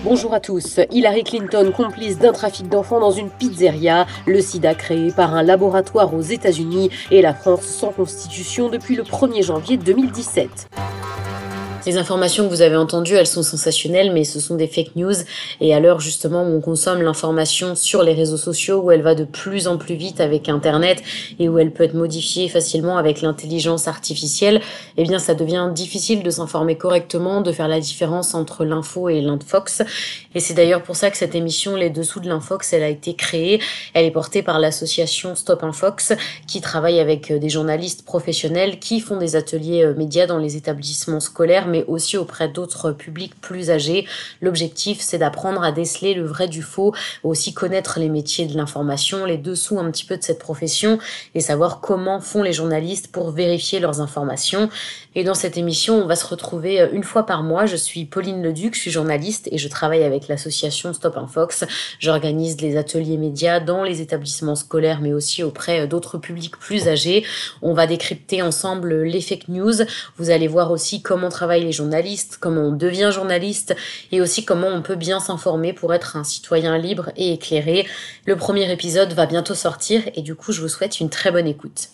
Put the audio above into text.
Bonjour à tous. Hillary Clinton complice d'un trafic d'enfants dans une pizzeria, le sida créé par un laboratoire aux États-Unis et la France sans constitution depuis le 1er janvier 2017. Les informations que vous avez entendues, elles sont sensationnelles, mais ce sont des fake news. Et à l'heure justement où on consomme l'information sur les réseaux sociaux, où elle va de plus en plus vite avec Internet et où elle peut être modifiée facilement avec l'intelligence artificielle, eh bien ça devient difficile de s'informer correctement, de faire la différence entre l'info et l'infox. Et c'est d'ailleurs pour ça que cette émission, Les Dessous de l'Infox, elle a été créée. Elle est portée par l'association Stop Infox, qui travaille avec des journalistes professionnels qui font des ateliers médias dans les établissements scolaires, mais aussi auprès d'autres publics plus âgés. L'objectif, c'est d'apprendre à déceler le vrai du faux, aussi connaître les métiers de l'information, les dessous un petit peu de cette profession et savoir comment font les journalistes pour vérifier leurs informations. Et dans cette émission, on va se retrouver une fois par mois. Je suis Pauline Leduc, je suis journaliste et je travaille avec l'association Stop Infox. J'organise des ateliers médias dans les établissements scolaires, mais aussi auprès d'autres publics plus âgés. On va décrypter ensemble les fake news. Vous allez voir aussi comment travaillent les journalistes, comment on devient journaliste et aussi comment on peut bien s'informer pour être un citoyen libre et éclairé. Le premier épisode va bientôt sortir et du coup, je vous souhaite une très bonne écoute.